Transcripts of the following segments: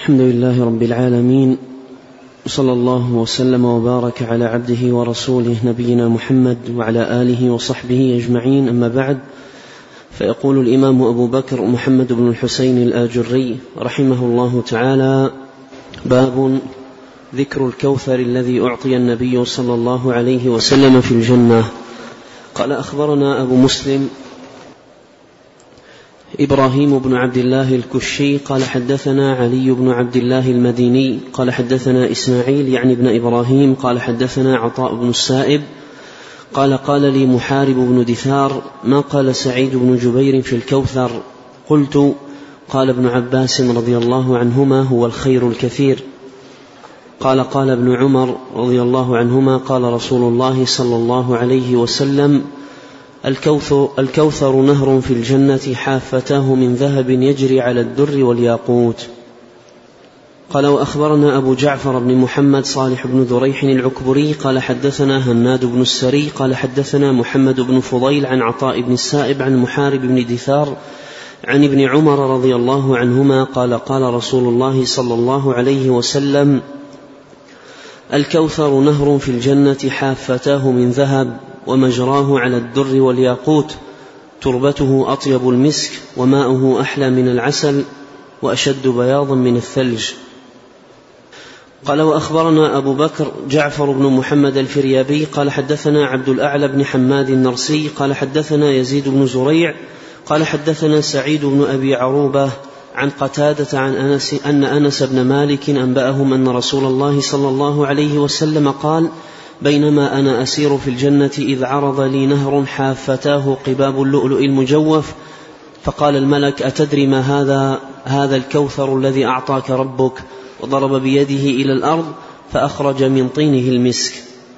الحمد لله رب العالمين، صلى الله وسلم وبارك على عبده ورسوله نبينا محمد وعلى آله وصحبه أجمعين، أما بعد. فيقول الإمام أبو بكر محمد بن الحسين الآجري رحمه الله تعالى: باب ذكر الكوثر الذي أعطي النبي صلى الله عليه وسلم في الجنة. قال: أخبرنا أبو مسلم إبراهيم بن عبد الله الكشي قال حدثنا علي بن عبد الله المديني قال حدثنا إسماعيل يعني بن إبراهيم قال حدثنا عطاء بن السائب قال: قال لي محارب بن دثار: ما قال سعيد بن جبير في الكوثر؟ قلت: قال ابن عباس رضي الله عنهما: هو الخير الكثير. قال: قال ابن عمر رضي الله عنهما: قال رسول الله صلى الله عليه وسلم: الكوثر نهر في الجنة حافتاه من ذهب يجري على الدر والياقوت. قال: وأخبرنا أبو جعفر بن محمد صالح بن ذريح العكبري قال حدثنا هناد بن السري قال حدثنا محمد بن فضيل عن عطاء بن السائب عن محارب بن دثار عن ابن عمر رضي الله عنهما قال: قال رسول الله صلى الله عليه وسلم: الكوثر نهر في الجنة حافتاه من ذهب ومجراه على الدر والياقوت، تربته أطيب المسك وماؤه أحلى من العسل وأشد بياضا من الثلج. قال: وأخبرنا أبو بكر جعفر بن محمد الفريابي قال حدثنا عبد الأعلى بن حماد النرسي قال حدثنا يزيد بن زريع قال حدثنا سعيد بن أبي عروبة عن قتادة عن أنس بن مالك أنبأهم أن رسول الله صلى الله عليه وسلم قال: بينما أنا أسير في الجنة إذ عرض لي نهر حافتاه قباب اللؤلؤ المجوف، فقال الملك: أتدري ما هذا الكوثر الذي أعطاك ربك؟ وضرب بيده إلى الأرض فأخرج من طينه المسك.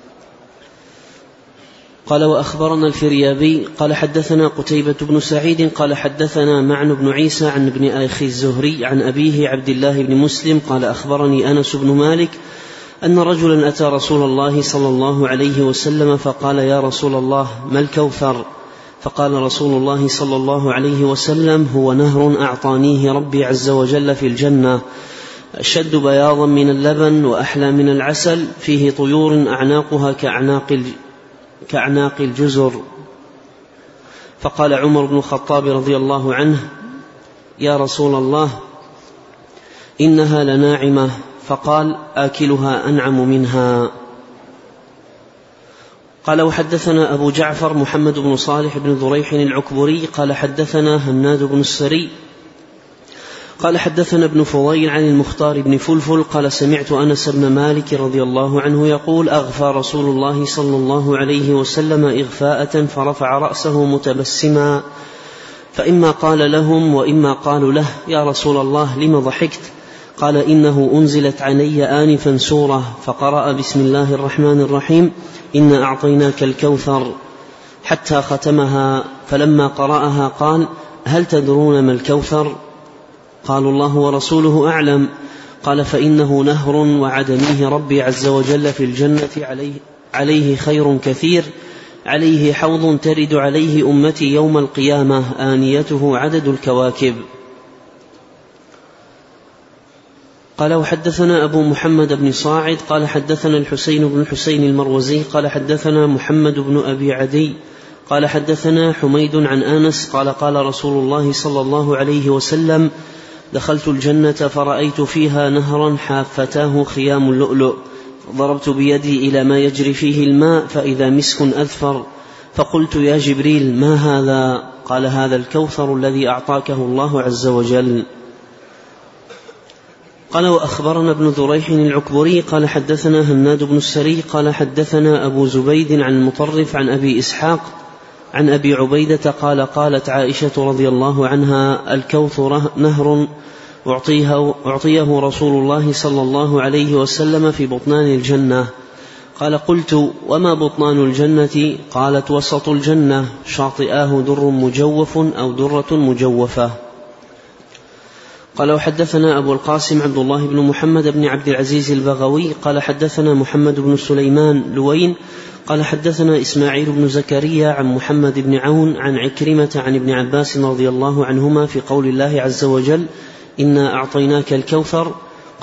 قال: وأخبرنا الفريابي قال حدثنا قتيبة بن سعيد قال حدثنا معن بن عيسى عن ابن أخي الزهري عن أبيه عبد الله بن مسلم قال: أخبرني أنس بن مالك أن رجلا أتى رسول الله صلى الله عليه وسلم فقال: يا رسول الله، ما الكوثر؟ فقال رسول الله صلى الله عليه وسلم: هو نهر أعطانيه ربي عز وجل في الجنة، أشد بياضا من اللبن وأحلى من العسل، فيه طيور أعناقها كأعناق الجزر. فقال عمر بن الخطاب رضي الله عنه: يا رسول الله، إنها لناعمة. فقال: آكلها أنعم منها. قال: وحدثنا أبو جعفر محمد بن صالح بن ذريح العكبري قال حدثنا هناد بن السري قال حدثنا ابن فضيل عن المختار بن فلفل قال: سمعت أنس بن مالك رضي الله عنه يقول: أغفى رسول الله صلى الله عليه وسلم إغفاءة فرفع رأسه متبسما، فإما قال لهم وإما قالوا له: يا رسول الله، لم ضحكت؟ قال: إنه أنزلت علي آنفا سورة فقرأ بسم الله الرحمن الرحيم إنا أعطيناك الكوثر حتى ختمها، فلما قرأها قال: هل تدرون ما الكوثر؟ قالوا: الله ورسوله أعلم. قال: فإنه نهر وعدنيه ربي عز وجل في الجنة عليه خير كثير، عليه حوض ترد عليه أمتي يوم القيامة آنيته عدد الكواكب. قال: وحدثنا أبو محمد بن صاعد قال حدثنا الحسين بن الحسين المروزي قال حدثنا محمد بن أبي عدي قال حدثنا حميد عن أنس قال: قال رسول الله صلى الله عليه وسلم: دخلت الجنة فرأيت فيها نهرا حافتاه خيام اللؤلؤ، ضربت بيدي إلى ما يجري فيه الماء فإذا مسك أذفر، فقلت: يا جبريل، ما هذا؟ قال: هذا الكوثر الذي أعطاكه الله عز وجل. قال: وأخبرنا ابن ذريح العكبري قال حدثنا هناد بن السري قال حدثنا أبو زبيد عن المطرف عن أبي إسحاق عن أبي عبيدة قال: قالت عائشة رضي الله عنها: الكوثر نهر أعطيه رسول الله صلى الله عليه وسلم في بطنان الجنة. قال: قلت: وما بطنان الجنة؟ قالت: وسط الجنة، شاطئاه در مجوف أو درة مجوفة. قال: وحدثنا أبو القاسم عبد الله بن محمد بن عبد العزيز البغوي قال حدثنا محمد بن سليمان لوين قال حدثنا إسماعيل بن زكريا عن محمد بن عون عن عكرمة عن ابن عباس رضي الله عنهما في قول الله عز وجل: إنا أعطيناك الكوثر،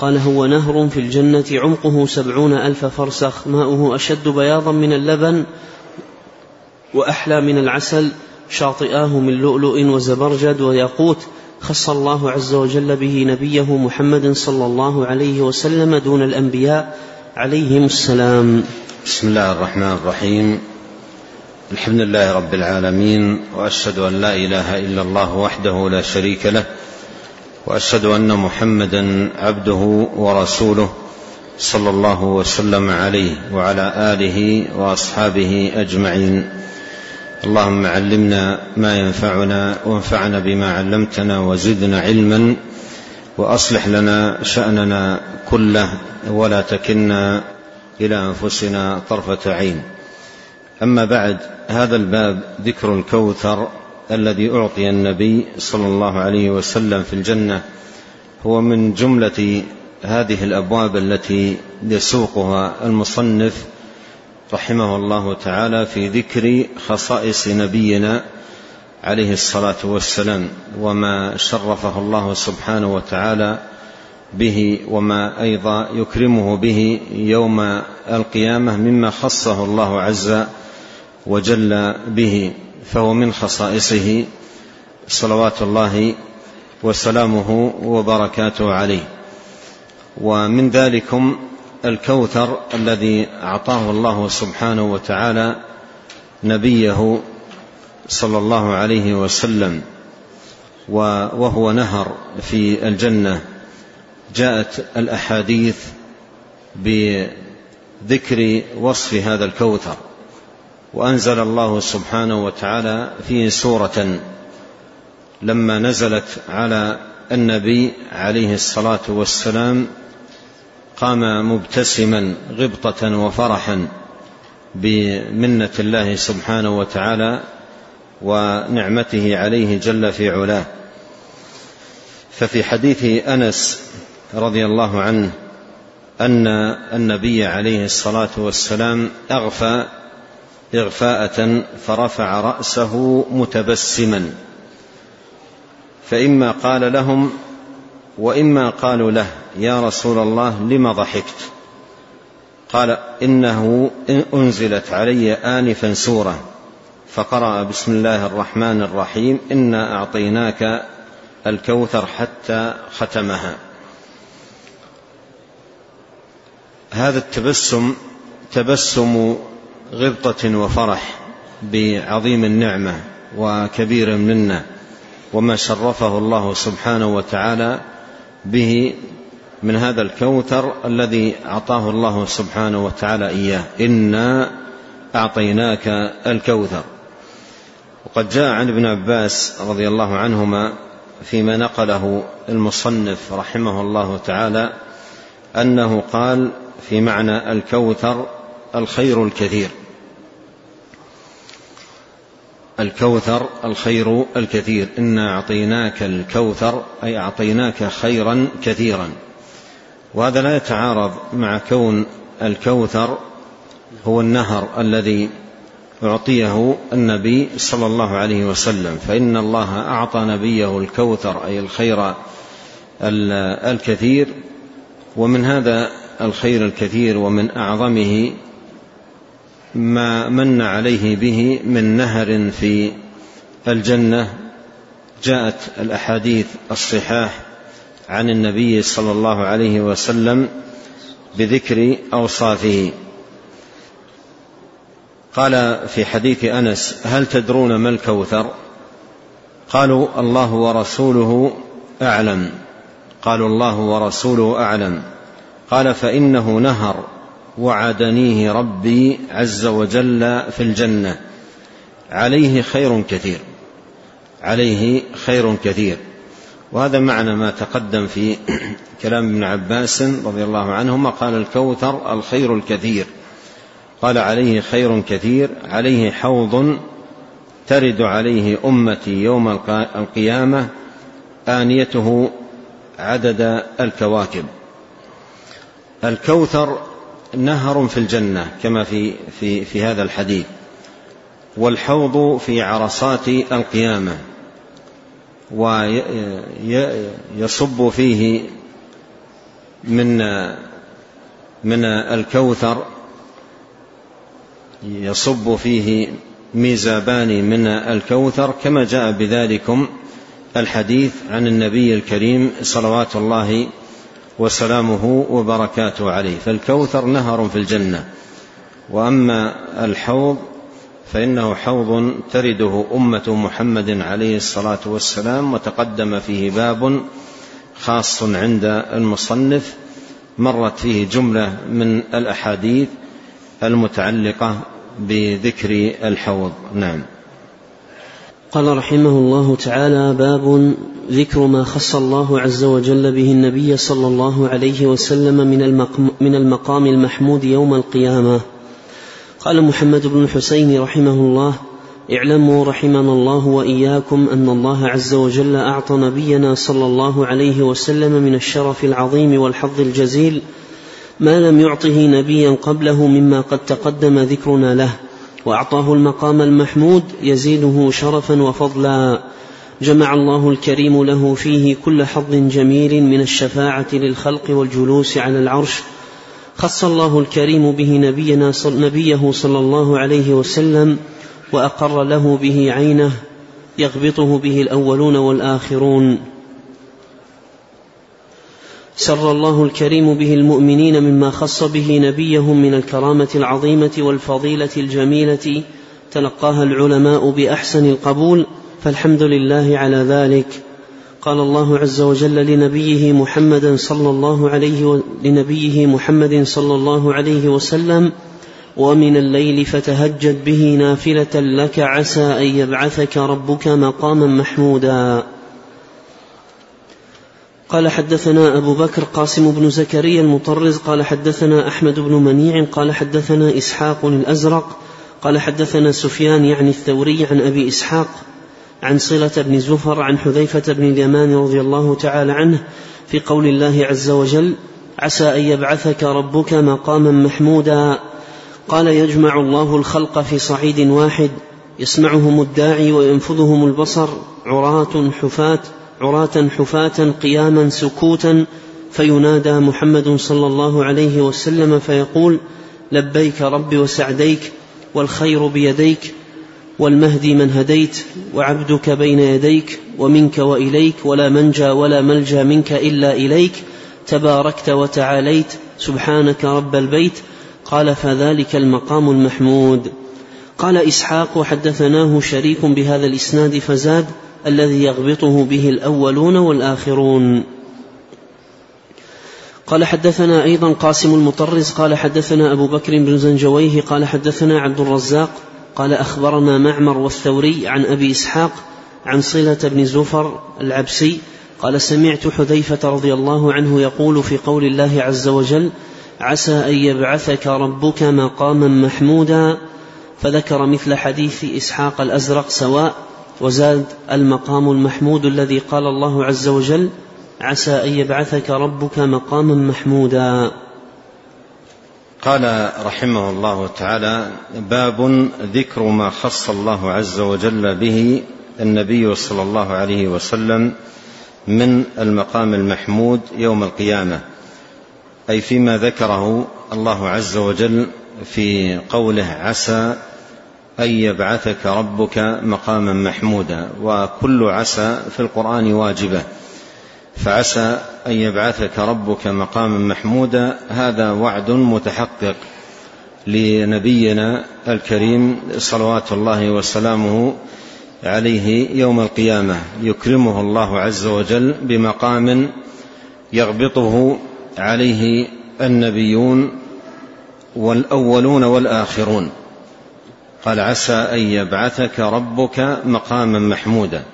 قال: هو نهر في الجنة عمقه 70,000 فرسخ، ماؤه أشد بياضا من اللبن وأحلى من العسل، شاطئاه من لؤلؤ وزبرجد وياقوت، خص الله عز وجل به نبيه محمد صلى الله عليه وسلم دون الأنبياء عليهم السلام. بسم الله الرحمن الرحيم. الحمد لله رب العالمين، وأشهد أن لا إله إلا الله وحده لا شريك له، وأشهد أن محمدا عبده ورسوله صلى الله وسلم عليه وعلى آله وأصحابه أجمعين. اللهم علمنا ما ينفعنا وانفعنا بما علمتنا وزدنا علما، وأصلح لنا شأننا كله ولا تكلنا إلى أنفسنا طرفة عين. أما بعد، هذا الباب ذكر الكوثر الذي أعطي النبي صلى الله عليه وسلم في الجنة هو من جملة هذه الأبواب التي يسوقها المصنف رحمه الله تعالى في ذكر خصائص نبينا عليه الصلاة والسلام، وما شرفه الله سبحانه وتعالى به، وما أيضا يكرمه به يوم القيامة مما خصه الله عز وجل به، فهو من خصائصه صلوات الله وسلامه وبركاته عليه. ومن ذلكم الكوثر الذي أعطاه الله سبحانه وتعالى نبيه صلى الله عليه وسلم، وهو نهر في الجنة. جاءت الأحاديث بذكر وصف هذا الكوثر، وأنزل الله سبحانه وتعالى فيه سورة لما نزلت على النبي عليه الصلاة والسلام قام مبتسما غبطة وفرحا بمنة الله سبحانه وتعالى ونعمته عليه جل في علاه. ففي حديث أنس رضي الله عنه أن النبي عليه الصلاة والسلام أغفى إغفاءة فرفع رأسه متبسما، فإما قال لهم وإما قالوا له: يا رسول الله لم ضحكت؟ قال: إنه أنزلت علي آنفا سورة فقرأ بسم الله الرحمن الرحيم إنا أعطيناك الكوثر حتى ختمها. هذا التبسم تبسم غبطة وفرح بعظيم النعمة وكبير منا، وما شرفه الله سبحانه وتعالى به من هذا الكوثر الذي أعطاه الله سبحانه وتعالى إياه. إنا أعطيناك الكوثر. وقد جاء عن ابن عباس رضي الله عنهما فيما نقله المصنف رحمه الله تعالى أنه قال في معنى الكوثر: الخير الكثير. الكوثر الخير الكثير. إنا أعطيناك الكوثر أي أعطيناك خيرا كثيرا. وهذا لا يتعارض مع كون الكوثر هو النهر الذي أعطيه النبي صلى الله عليه وسلم، فإن الله أعطى نبيه الكوثر أي الخير الكثير. ومن هذا الخير الكثير ومن أعظمه ما من عليه به من نهر في الجنة. جاءت الأحاديث الصحاح عن النبي صلى الله عليه وسلم بذكر أوصافه. قال في حديث أنس: هل تدرون ما الكوثر؟ قالوا: الله ورسوله أعلم. قالوا: الله ورسوله أعلم. قال: فإنه نهر وعدنيه ربي عز وجل في الجنة عليه خير كثير. عليه خير كثير. وهذا معنى ما تقدم في كلام ابن عباس رضي الله عنهما، قال: الكوثر الخير الكثير. قال: عليه خير كثير، عليه حوض ترد عليه أمتي يوم القيامة آنيته عدد الكواكب. الكوثر نهر في الجنة كما في هذا الحديث، والحوض في عرصات القيامة، ويصب فيه من الكوثر يصب فيه ميزابان من الكوثر، كما جاء بذلكم الحديث عن النبي الكريم صلوات الله وسلامه وبركاته عليه. فالكوثر نهر في الجنة، وأما الحوض فإنه حوض ترده أمة محمد عليه الصلاة والسلام، وتقدم فيه باب خاص عند المصنف مرت فيه جملة من الأحاديث المتعلقة بذكر الحوض. نعم. قال رحمه الله تعالى: باب ذكر ما خص الله عز وجل به النبي صلى الله عليه وسلم من المقام المحمود يوم القيامة. قال محمد بن الحسين رحمه الله: اعلموا رحمنا الله وإياكم أن الله عز وجل أعطى نبينا صلى الله عليه وسلم من الشرف العظيم والحظ الجزيل ما لم يعطه نبيا قبله مما قد تقدم ذكرنا له، وأعطاه المقام المحمود يزيده شرفا وفضلا، جمع الله الكريم له فيه كل حظ جميل من الشفاعة للخلق والجلوس على العرش. خص الله الكريم به نبيه صلى الله عليه وسلم، وأقر له به عينه يغبطه به الأولون والآخرون. سر الله الكريم به المؤمنين مما خص به نبيهم من الكرامة العظيمة والفضيلة الجميلة تلقاها العلماء بأحسن القبول، فالحمد لله على ذلك. قال الله عز وجل لنبيه محمد صلى الله عليه وسلم: ومن الليل فتهجد به نافلة لك عسى أن يبعثك ربك مقاما محمودا. قال حدثنا أبو بكر قاسم بن زكريا المطرز قال حدثنا أحمد بن منيع قال حدثنا إسحاق الأزرق قال حدثنا سفيان يعني الثوري عن أبي إسحاق عن صلة بن زفر عن حذيفة بن اليمان رضي الله تعالى عنه في قول الله عز وجل: عسى أن يبعثك ربك مقاما محمودا. قال: يجمع الله الخلق في صعيد واحد، يسمعهم الداعي وينفذهم البصر، عراة حفاة قياما سكوتا، فينادى محمد صلى الله عليه وسلم فيقول: لبيك ربي وسعديك، والخير بيديك، والمهدي من هديت، وعبدك بين يديك، ومنك وإليك، ولا منجى ولا ملجى منك إلا إليك، تباركت وتعاليت، سبحانك رب البيت. قال: فذلك المقام المحمود. قال إسحاق: وحدثناه شريك بهذا الإسناد فزاد: الذي يغبطه به الأولون والآخرون. قال حدثنا أيضا قاسم المطرز قال حدثنا أبو بكر بن زنجويه قال حدثنا عبد الرزاق قال أخبرنا معمر والثوري عن أبي إسحاق عن صلة بن زفر العبسي قال: سمعت حذيفة رضي الله عنه يقول في قول الله عز وجل: عسى أن يبعثك ربك مقاما محمودا، فذكر مثل حديث إسحاق الأزرق سواء، وزاد: المقام المحمود الذي قال الله عز وجل: عسى أن يبعثك ربك مقاما محمودا. قال رحمه الله تعالى: باب ذكر ما خص الله عز وجل به النبي صلى الله عليه وسلم من المقام المحمود يوم القيامة، أي فيما ذكره الله عز وجل في قوله: عسى أن يبعثك ربك مقاما محمودا. وكل عسى في القرآن واجبة، فعسى أن يبعثك ربك مقاما محمودا هذا وعد متحقق لنبينا الكريم صلوات الله وسلامه عليه يوم القيامة، يكرمه الله عز وجل بمقام يغبطه عليه النبيون والأولون والآخرون. قال: عسى أن يبعثك ربك مقاما محمودا.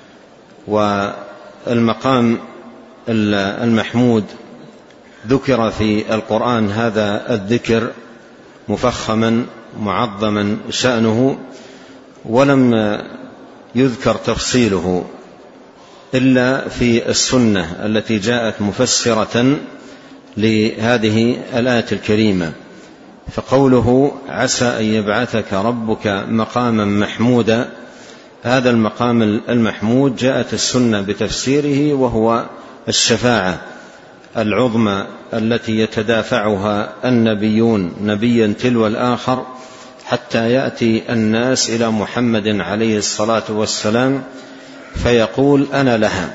والمقام المحمود ذكر في القرآن هذا الذكر مفخما معظما شأنه، ولم يذكر تفصيله إلا في السنة التي جاءت مفسرة لهذه الآية الكريمة. فقوله: عسى أن يبعثك ربك مقاما محمودا، هذا المقام المحمود جاءت السنة بتفسيره، وهو الشفاعة العظمى التي يتدافعها النبيون نبيا تلو الآخر حتى يأتي الناس إلى محمد عليه الصلاة والسلام فيقول أنا لها،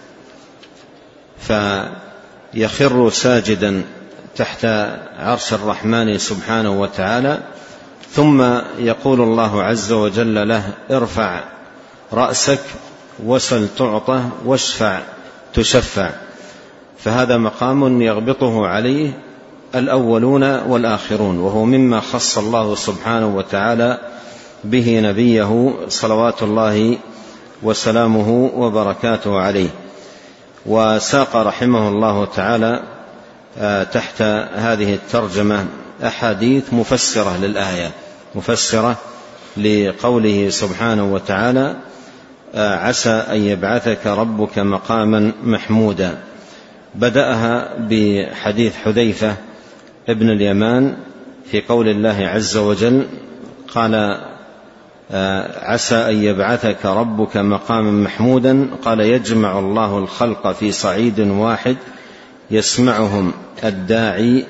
فيخر ساجدا تحت عرش الرحمن سبحانه وتعالى، ثم يقول الله عز وجل له ارفع رأسك وسل تعطى واشفع تشفع. فهذا مقام يغبطه عليه الأولون والآخرون، وهو مما خص الله سبحانه وتعالى به نبيه صلوات الله وسلامه وبركاته عليه. وساق رحمه الله تعالى تحت هذه الترجمة أحاديث مفسرة للآية، مفسرة لقوله سبحانه وتعالى عسى أن يبعثك ربك مقاما محمودا. بدأها بحديث حذيفة ابن اليمان في قول الله عز وجل قال عسى أن يبعثك ربك مقاما محمودا، قال يجمع الله الخلق في صعيد واحد يسمعهم الداعي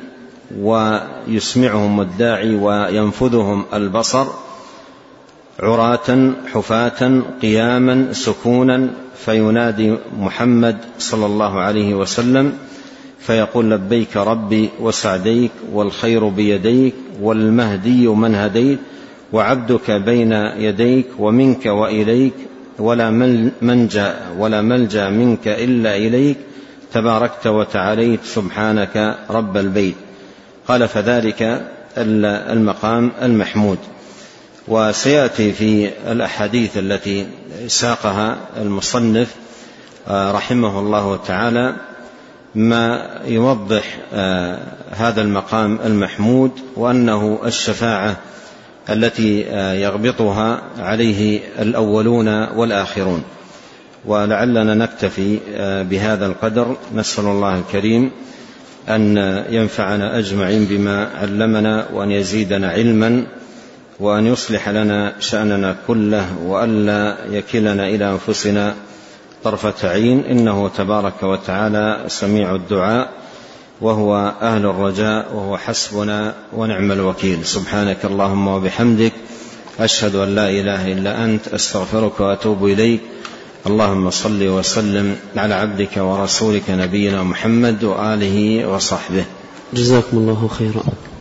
وينفذهم البصر عراة حفاة قياما سكونا، فينادي محمد صلى الله عليه وسلم فيقول لبيك ربي وسعديك والخير بيديك والمهدي من هديت وعبدك بين يديك ومنك وإليك ولا ملجأ منك إلا إليك تباركت وتعاليت سبحانك رب البيت. قال فذلك المقام المحمود. وسيأتي في الأحاديث التي ساقها المصنف رحمه الله تعالى ما يوضح هذا المقام المحمود، وأنه الشفاعة التي يغبطها عليه الأولون والآخرون. ولعلنا نكتفي بهذا القدر، نسأل الله الكريم أن ينفعنا أجمعين بما علمنا، وأن يزيدنا علما، وأن يصلح لنا شأننا كله، وألا يكلنا إلى أنفسنا طرفة عين، إنه تبارك وتعالى سميع الدعاء وهو أهل الرجاء وهو حسبنا ونعم الوكيل. سبحانك اللهم وبحمدك أشهد أن لا إله إلا أنت أستغفرك وأتوب إليك. اللهم صل وسلم على عبدك ورسولك نبينا محمد وآله وصحبه. جزاكم الله خيرا.